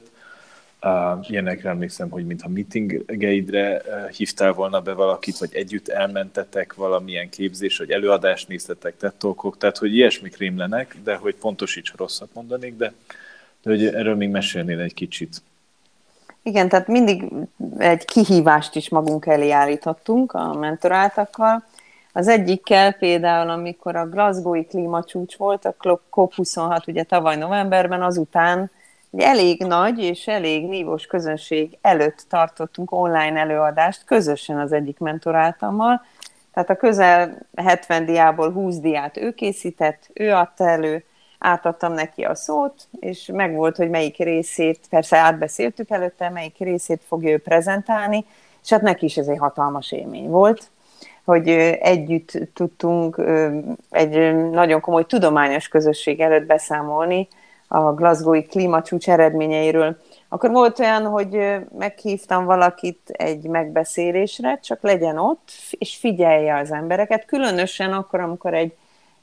Uh, ilyenekre emlékszem, hogy mintha meetingeidre uh, hívtál volna be valakit, vagy együtt elmentetek valamilyen képzés, vagy előadást néztetek, tettalkok, tehát hogy ilyesmik rémlenek, de hogy pontosíts, ha rosszat mondanék, de, de hogy erről még mesélnél egy kicsit. Igen, tehát mindig egy kihívást is magunk elé állítottunk a mentoráltakkal. Az egyikkel például, amikor a Glasgow-i klímacsúcs volt, a kop huszonhat, ugye tavaly novemberben, azután egy elég nagy és elég nívós közönség előtt tartottunk online előadást közösen az egyik mentoráltammal. Tehát a közel hetven diából húsz diát ő készített, ő adta elő, átadtam neki a szót, és megvolt, hogy melyik részét, persze átbeszéltük előtte, melyik részét fogja ő prezentálni, és hát neki is ez egy hatalmas élmény volt, hogy együtt tudtunk egy nagyon komoly tudományos közösség előtt beszámolni a Glasgow-i klímacsúcs eredményeiről. Akkor volt olyan, hogy meghívtam valakit egy megbeszélésre, csak legyen ott, és figyelje az embereket, különösen akkor, amikor egy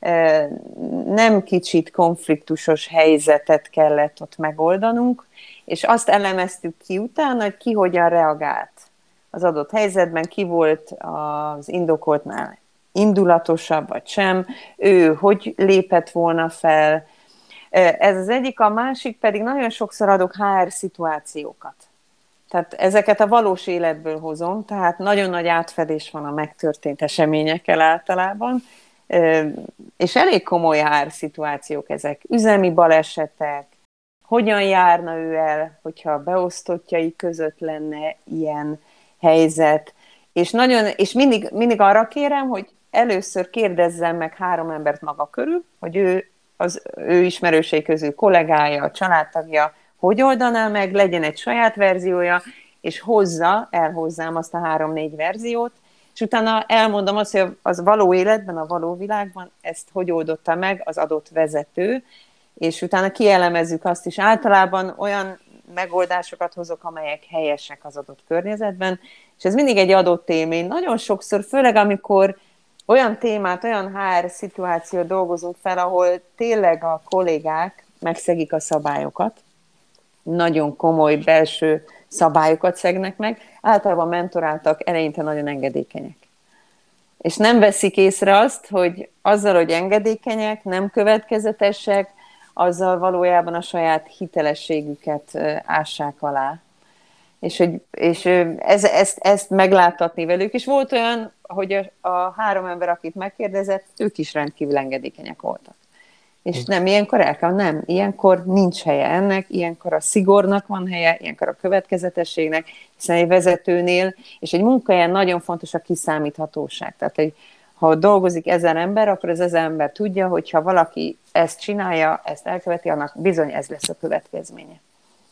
nem kicsit konfliktusos helyzetet kellett ott megoldanunk, és azt elemeztük ki utána, hogy ki hogyan reagált az adott helyzetben, ki volt az indokoltnál indulatosabb, vagy sem, ő hogy lépett volna fel. Ez az egyik, a másik pedig nagyon sokszor adok há er szituációkat. Tehát ezeket a valós életből hozom, tehát nagyon nagy átfedés van a megtörtént eseményekkel általában, és elég komoly há er szituációk ezek. Üzemi balesetek, hogyan járna ő el, hogyha a beosztottjai között lenne ilyen helyzet, és, nagyon, és mindig, mindig arra kérem, hogy először kérdezzem meg három embert maga körül, hogy ő, az ő ismerősei közül kollégája, családtagja, hogy oldaná meg, legyen egy saját verziója, és hozza, elhozzám azt a három-négy verziót, és utána elmondom azt, hogy az való életben, a való világban ezt hogy oldotta meg az adott vezető, és utána kielemezzük azt is. Általában olyan megoldásokat hozok, amelyek helyesek az adott környezetben, és ez mindig egy adott élmény. Nagyon sokszor, főleg amikor olyan témát, olyan há er szituációt dolgozunk fel, ahol tényleg a kollégák megszegik a szabályokat, nagyon komoly belső szabályokat szegnek meg, általában mentoráltak eleinte nagyon engedékenyek. És nem veszik észre azt, hogy azzal, hogy engedékenyek, nem következetesek, azzal valójában a saját hitelességüket ássák alá. És, hogy, és ez, ezt, ezt megláttatni velük. És volt olyan, hogy a, a három ember, akit megkérdezett, ők is rendkívül engedékenyek voltak. És nem, ilyenkor el kell, nem, ilyenkor nincs helye ennek, ilyenkor a szigornak van helye, ilyenkor a következetességnek, hiszen egy vezetőnél, és egy munkahelyen nagyon fontos a kiszámíthatóság. Tehát, hogy ha dolgozik ezer ember, akkor az ezer ember tudja, hogy ha valaki ezt csinálja, ezt elköveti, annak bizony ez lesz a következménye.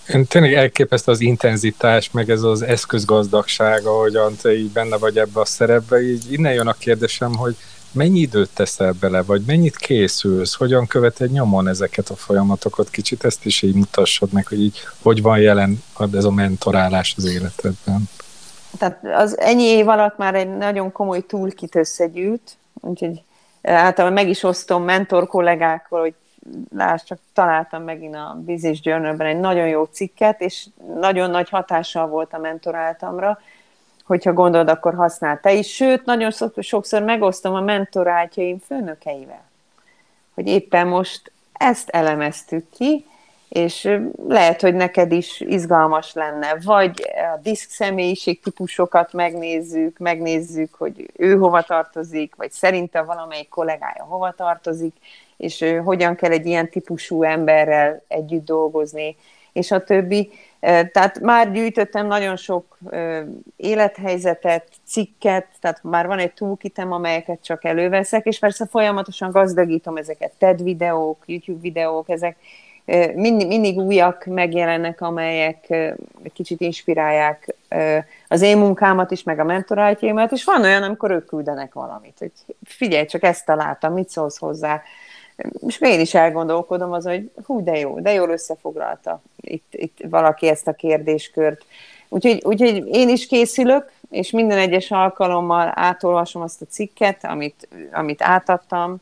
Tényleg elképesztő az intenzitás, meg ez az eszközgazdagság, ahogyan te így benne vagy ebbe a szerepbe, így innen jön a kérdésem, hogy mennyi időt teszel bele, vagy mennyit készülsz, hogyan követed nyomon ezeket a folyamatokat, kicsit ezt is így mutassad meg, hogy így hogy van jelen ez a mentorálás az életedben. Tehát az ennyi év alatt már egy nagyon komoly toolkit összegyűjt, úgyhogy általában meg is osztom mentor kollégákkal, hogy lásd, csak találtam megint a Business Journal-ben egy nagyon jó cikket, és nagyon nagy hatással volt a mentoráltamra, hogyha gondolod, akkor használd te is. Sőt, nagyon sokszor megosztom a mentoráltjaim főnökeivel, hogy éppen most ezt elemeztük ki, és lehet, hogy neked is izgalmas lenne. Vagy a diszk személyiség típusokat megnézzük, megnézzük, hogy ő hova tartozik, vagy szerinte valamelyik kollégája hova tartozik, és hogyan kell egy ilyen típusú emberrel együtt dolgozni, és a többi. Tehát már gyűjtöttem nagyon sok élethelyzetet, cikket, tehát már van egy toolkitem, amelyeket csak előveszek, és persze folyamatosan gazdagítom ezeket, TED videók, YouTube videók, ezek mindig, mindig újak megjelennek, amelyek kicsit inspirálják az én munkámat is, meg a mentoráltjaimat, és van olyan, amikor ők küldenek valamit, hogy figyelj, csak ezt találtam, mit szólsz hozzá. És én is elgondolkodom azon, hogy hú, de jó, de jól összefoglalta itt, itt valaki ezt a kérdéskört. Úgyhogy, úgyhogy én is készülök, és minden egyes alkalommal átolvasom azt a cikket, amit, amit átadtam.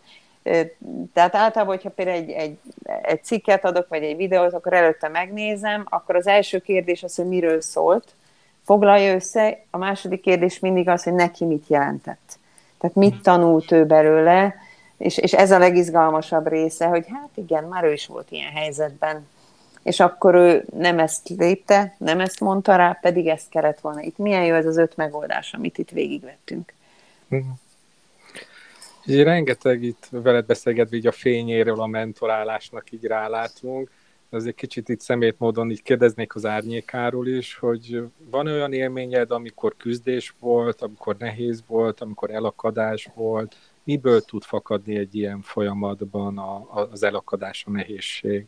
Tehát általában, hogyha például egy, egy, egy cikket adok, vagy egy videót, akkor előtte megnézem, akkor az első kérdés az, hogy miről szólt, foglalja össze, a második kérdés mindig az, hogy neki mit jelentett. Tehát mit tanult ő belőle, és, és ez a legizgalmasabb része, hogy hát igen, már ő is volt ilyen helyzetben, és akkor ő nem ezt lépte, nem ezt mondta rá, pedig ezt kellett volna. Itt milyen jó ez az öt megoldás, amit itt végigvettünk. Mm. Így rengeteg itt veled beszélgetve így a fényéről, a mentorálásnak így rálátunk. Azért kicsit itt szemét módon így kérdeznék az árnyékáról is, hogy van olyan élményed, amikor küzdés volt, amikor nehéz volt, amikor elakadás volt? Miből tud fakadni egy ilyen folyamatban a, a, az elakadás, a nehézség?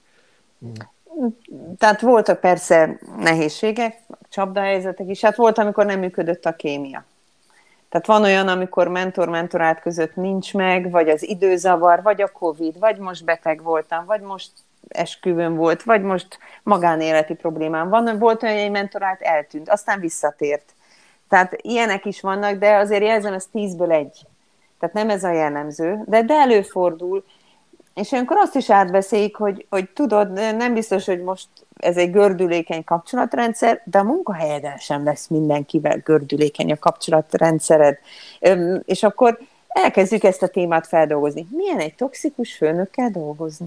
Tehát voltak persze nehézségek, csapdahelyzetek is, hát volt, amikor nem működött a kémia. Tehát van olyan, amikor mentor-mentorát között nincs meg, vagy az időzavar, vagy a Covid, vagy most beteg voltam, vagy most esküvőn volt, vagy most magánéleti problémám van. Volt olyan, hogy egy mentorát eltűnt, aztán visszatért. Tehát ilyenek is vannak, de azért jelzem, ez tízből egy. Tehát nem ez a jellemző, de, de előfordul. És olyankor azt is átbeszéljük, hogy, hogy tudod, nem biztos, hogy most ez egy gördülékeny kapcsolatrendszer, de a munkahelyeden sem lesz mindenkivel gördülékeny a kapcsolatrendszered. És akkor elkezdjük ezt a témát feldolgozni. Milyen egy toxikus főnökkel dolgozni?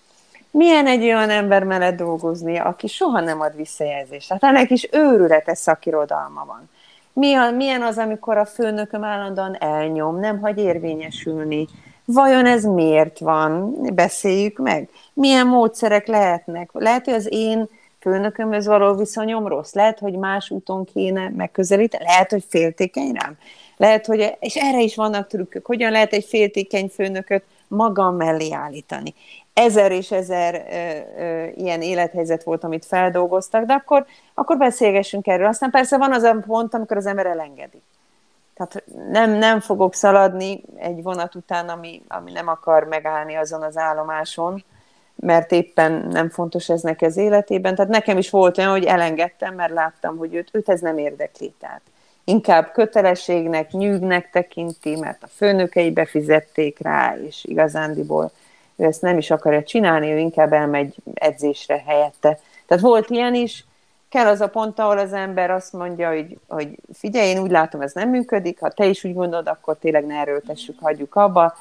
Milyen egy olyan ember mellett dolgozni, aki soha nem ad visszajelzést? Hát ennek is őrületes szakirodalma van. Milyen az, amikor a főnököm állandóan elnyom, nem hagy érvényesülni? Vajon ez miért van? Beszéljük meg. Milyen módszerek lehetnek? Lehet, hogy az én főnökömhöz való viszonyom rossz. Lehet, hogy más úton kéne megközelíteni. Lehet, hogy féltékeny rám. Lehet, hogy, és erre is vannak trükkök. Hogyan lehet egy féltékeny főnököt magam mellé állítani? Ezer és ezer ö, ö, ilyen élethelyzet volt, amit feldolgoztak, de akkor, akkor beszélgessünk erről. Aztán persze van az a pont, amikor az ember elengedi. Tehát nem, nem fogok szaladni egy vonat után, ami, ami nem akar megállni azon az állomáson, mert éppen nem fontos ez neki az életében. Tehát nekem is volt olyan, hogy elengedtem, mert láttam, hogy őt, őt ez nem érdekli. Tehát inkább kötelességnek, nyűgnek tekinti, mert a főnökei befizették rá, és igazándiból ő ezt nem is akarja csinálni, ő inkább elmegy edzésre helyette. Tehát volt ilyen is, kell az a pont, ahol az ember azt mondja, hogy, hogy figyelj, én úgy látom, ez nem működik, ha te is úgy gondolod, akkor tényleg ne erőltessük, hagyjuk abba,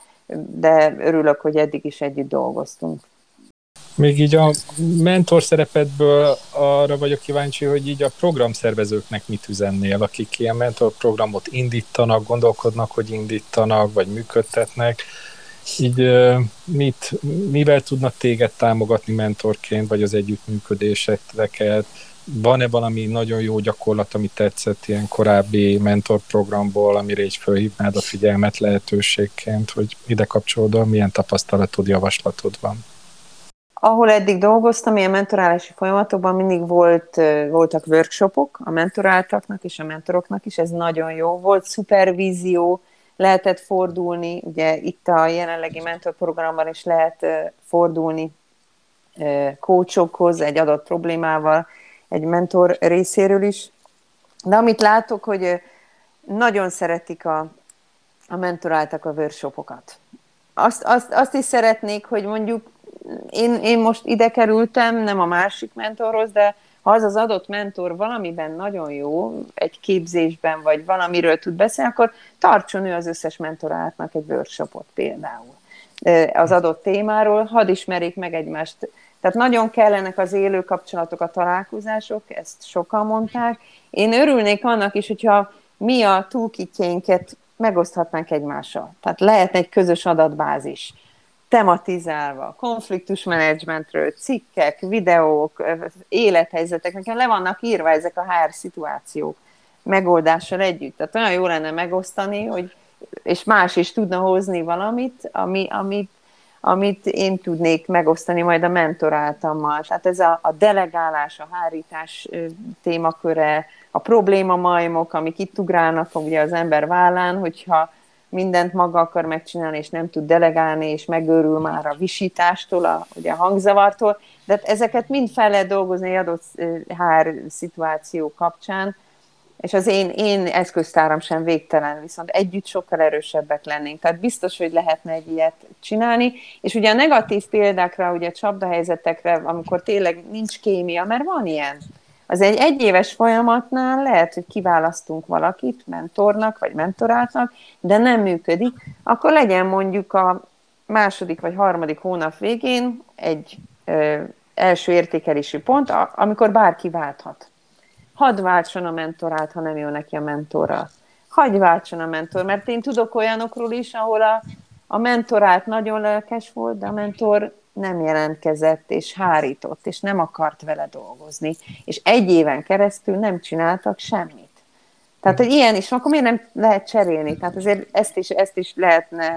de örülök, hogy eddig is együtt dolgoztunk. Még így a mentor szerepedből arra vagyok kíváncsi, hogy így a programszervezőknek mit üzennél, akik ilyen mentorprogramot indítanak, gondolkodnak, hogy indítanak, vagy működtetnek. Így mit, mivel tudnak téged támogatni mentorként, vagy az együttműködéseteket? Van-e valami nagyon jó gyakorlat, ami tetszett ilyen korábbi mentorprogramból, amire így felhívnád a figyelmet lehetőségként, hogy ide kapcsolódva, milyen tapasztalatod, javaslatod van? ahol eddig dolgoztam, ilyen mentorálási folyamatokban mindig volt, voltak workshopok a mentoráltaknak és a mentoroknak is, ez nagyon jó. Volt szupervízió, lehetett fordulni, ugye itt a jelenlegi mentorprogramban is lehet fordulni coachokhoz egy adott problémával, egy mentor részéről is. De amit látok, hogy nagyon szeretik a, a mentoráltak a workshopokat. Azt, azt, azt is szeretnék, hogy mondjuk én, én most ide kerültem, nem a másik mentorhoz, de ha az az adott mentor valamiben nagyon jó, egy képzésben, vagy valamiről tud beszélni, akkor tartson ő az összes mentoráltnak egy workshopot például az adott témáról, hadd ismerjék meg egymást. Tehát nagyon kellenek az élő kapcsolatok, a találkozások, ezt sokan mondták. Én örülnék annak is, hogyha mi a toolkitjeinket megoszthatnánk egymással. Tehát lehetne egy közös adatbázis, tematizálva, konfliktusmenedzsmentről, cikkek, videók, élethelyzetek, nekem le vannak írva ezek a há er szituációk megoldással együtt. Tehát olyan jó lenne megosztani, hogy, és más is tudna hozni valamit, ami, amit, amit én tudnék megosztani majd a mentoráltammal. Tehát ez a, a delegálás, a hárítás témaköre, a problémamajmok, amik itt ugrálnak ugye az ember vállán, hogyha mindent maga akar megcsinálni, és nem tud delegálni, és megőrül már a visítástól, a, ugye a hangzavartól, de ezeket mind fel lehet dolgozni egy adott há er szituáció kapcsán, és az én, én eszköztáram sem végtelen, viszont együtt sokkal erősebbek lennénk. Tehát biztos, hogy lehetne egy ilyet csinálni, és ugye a negatív példákra, ugye a csapdahelyzetekre, amikor tényleg nincs kémia, mert van ilyen. Az egy egyéves folyamatnál lehet, hogy kiválasztunk valakit mentornak, vagy mentoráltnak, de nem működik, akkor legyen mondjuk a második vagy harmadik hónap végén egy ö, első értékelési pont, a, amikor bárki válthat. Hadd váltson a mentorát, ha nem jó neki a mentorral. Hadd váltson a mentor, mert én tudok olyanokról is, ahol a, a mentorát nagyon lelkes volt, de a mentor nem jelentkezett, és hárított, és nem akart vele dolgozni. És egy éven keresztül nem csináltak semmit. Tehát, hogy ilyen is, akkor miért nem lehet cserélni? Tehát azért ezt is, ezt is lehetne,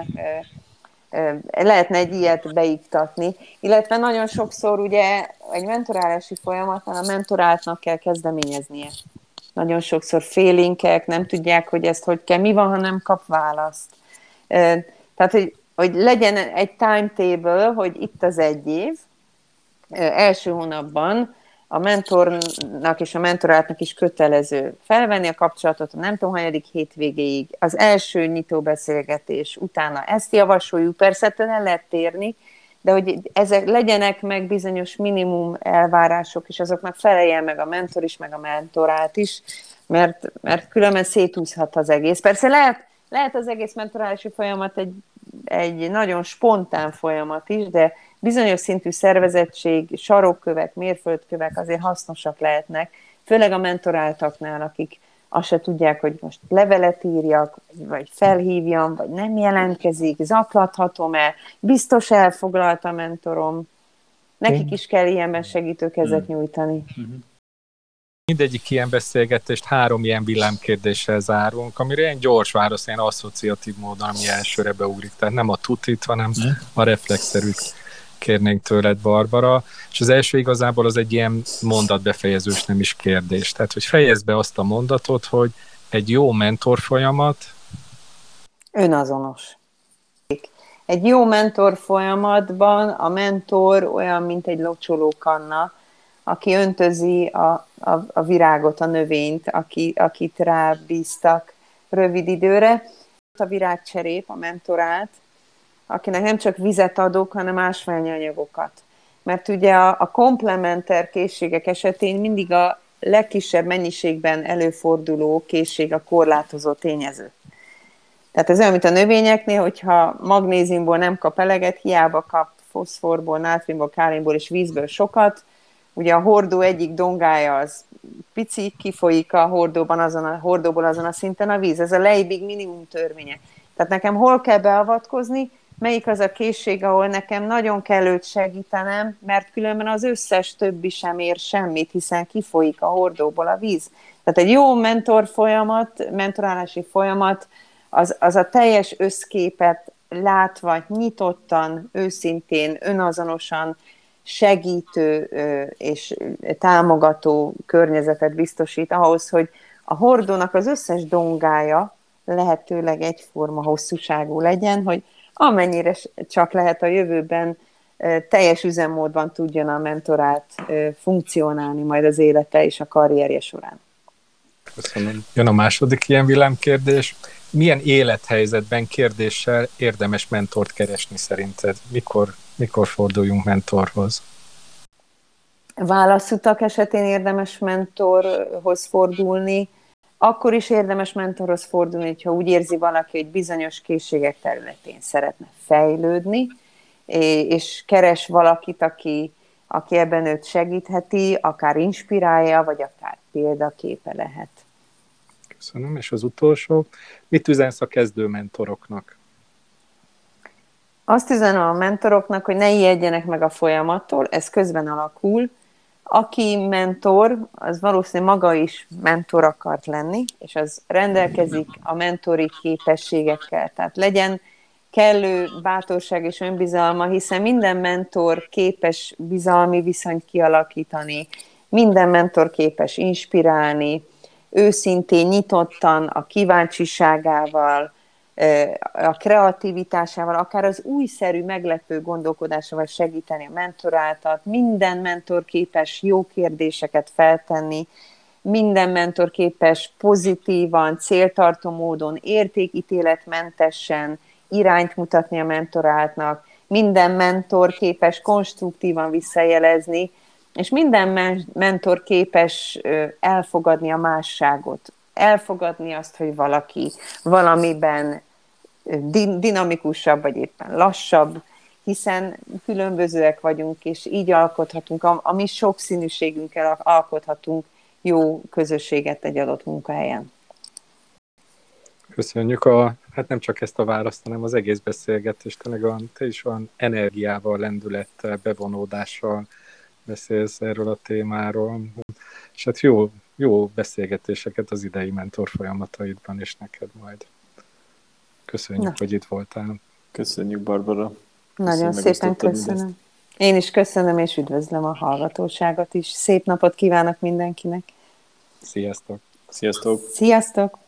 lehetne egy ilyet beiktatni. Illetve nagyon sokszor ugye egy mentorálási folyamatnál a mentoráltnak kell kezdeményeznie. Nagyon sokszor félénkek, nem tudják, hogy ezt hogy kell, mi van, ha nem kap választ. Tehát, hogy hogy legyen egy timetable, hogy itt az egy év, első hónapban a mentornak és a mentorátnak is kötelező felvenni a kapcsolatot, a nem tudom, hanyadik hétvégéig, az első nyitóbeszélgetés utána ezt javasoljuk, persze el lehet térni, de hogy ezek legyenek meg bizonyos minimum elvárások, és azoknak feleljen meg a mentor is, meg a mentorát is, mert, mert különben szétúszhat az egész. Persze lehet, lehet az egész mentorálási folyamat egy egy nagyon spontán folyamat is, de bizonyos szintű szervezettség, sarokkövek, mérföldkövek azért hasznosak lehetnek, főleg a mentoráltaknál, akik azt se tudják, hogy most levelet írjak, vagy felhívjam, vagy nem jelentkezik, zaklathatom-e, biztos elfoglalt a mentorom. Nekik is kell ilyenben segítőkezet nyújtani. Mindegyik ilyen beszélgetést három ilyen villámkérdéssel zárunk, amire ilyen gyors válasz, ilyen asszociatív módon, ami elsőre beugrik. Tehát nem a tutit, hanem a reflexzerűt kérnénk tőled, Barbara. És az első igazából az egy ilyen mondatbefejezős, nem is kérdés. Tehát, hogy fejezd be azt a mondatot, hogy egy jó mentor folyamat önazonos. Egy jó mentor folyamatban a mentor olyan, mint egy locsolókanna, aki öntözi a, a, a virágot, a növényt, aki, akit rábíztak rövid időre. A virágcserép, a mentorát, akinek nem csak vizet adok, hanem ásványi anyagokat. Mert ugye a, a komplementer készségek esetén mindig a legkisebb mennyiségben előforduló készség a korlátozó tényező. Tehát ez olyan, mint a növényeknél, hogyha magnéziumból nem kap eleget, hiába kap foszforból, nátriumból, káliumból és vízből sokat. Ugye a hordó egyik dongája az pici, kifolyik a hordóban azon a, hordóból azon a szinten a víz. Ez a Leibig minimum törvénye. Tehát nekem hol kell beavatkozni, melyik az a készség, ahol nekem nagyon kell őt segítenem, mert különben az összes többi sem ér semmit, hiszen kifolyik a hordóból a víz. Tehát egy jó mentor folyamat, mentorálási folyamat, az, az a teljes összképet látva, nyitottan, őszintén, önazonosan segítő és támogató környezetet biztosít ahhoz, hogy a hordónak az összes dongája lehetőleg egyforma hosszúságú legyen, hogy amennyire csak lehet a jövőben teljes üzemmódban tudjon a mentorát funkcionálni majd az élete és a karrierje során. Köszönöm. Jön a második ilyen villámkérdés. Milyen élethelyzetben, kérdéssel érdemes mentort keresni szerinted? Mikor, mikor forduljunk mentorhoz? Válaszutak esetén érdemes mentorhoz fordulni. Akkor is érdemes mentorhoz fordulni, hogyha úgy érzi valaki, hogy bizonyos készségek területén szeretne fejlődni, és keres valakit, aki, aki ebben őt segítheti, akár inspirálja, vagy akár példaképe lehet. Köszönöm. És az utolsó, mit üzensz a kezdő mentoroknak? Azt üzenem a mentoroknak, hogy ne ijedjenek meg a folyamattól, ez közben alakul. Aki mentor, az valószínűleg maga is mentor akart lenni, és az rendelkezik a mentori képességekkel. Tehát legyen kellő bátorság és önbizalma, hiszen minden mentor képes bizalmi viszonyt kialakítani, minden mentor képes inspirálni, őszintén, nyitottan, a kíváncsiságával, a kreativitásával, akár az újszerű, meglepő gondolkodásával segíteni a mentoráltat. Minden mentor képes jó kérdéseket feltenni, minden mentor képes pozitívan, céltartó módon, értékítéletmentesen irányt mutatni a mentoráltnak, minden mentor képes konstruktívan visszajelezni, és minden mentor képes elfogadni a másságot, elfogadni azt, hogy valaki valamiben dinamikusabb, vagy éppen lassabb, hiszen különbözőek vagyunk, és így alkothatunk, a, a mi sokszínűségünkkel alkothatunk jó közösséget egy adott munkahelyen. Köszönjük a, hát nem csak ezt a választ, hanem az egész beszélgetést, tényleg olyan, te is olyan energiával, lendülettel, bevonódással beszélsz erről a témáról, és hát jó, jó beszélgetéseket az idei mentor folyamataidban is neked majd. Köszönjük, Na. hogy itt voltál. Köszönjük, Barbara. Nagyon szépen köszönöm. Mindezt. Én is köszönöm, és üdvözlöm a hallgatóságot is. Szép napot kívánok mindenkinek. Sziasztok. Sziasztok. Sziasztok.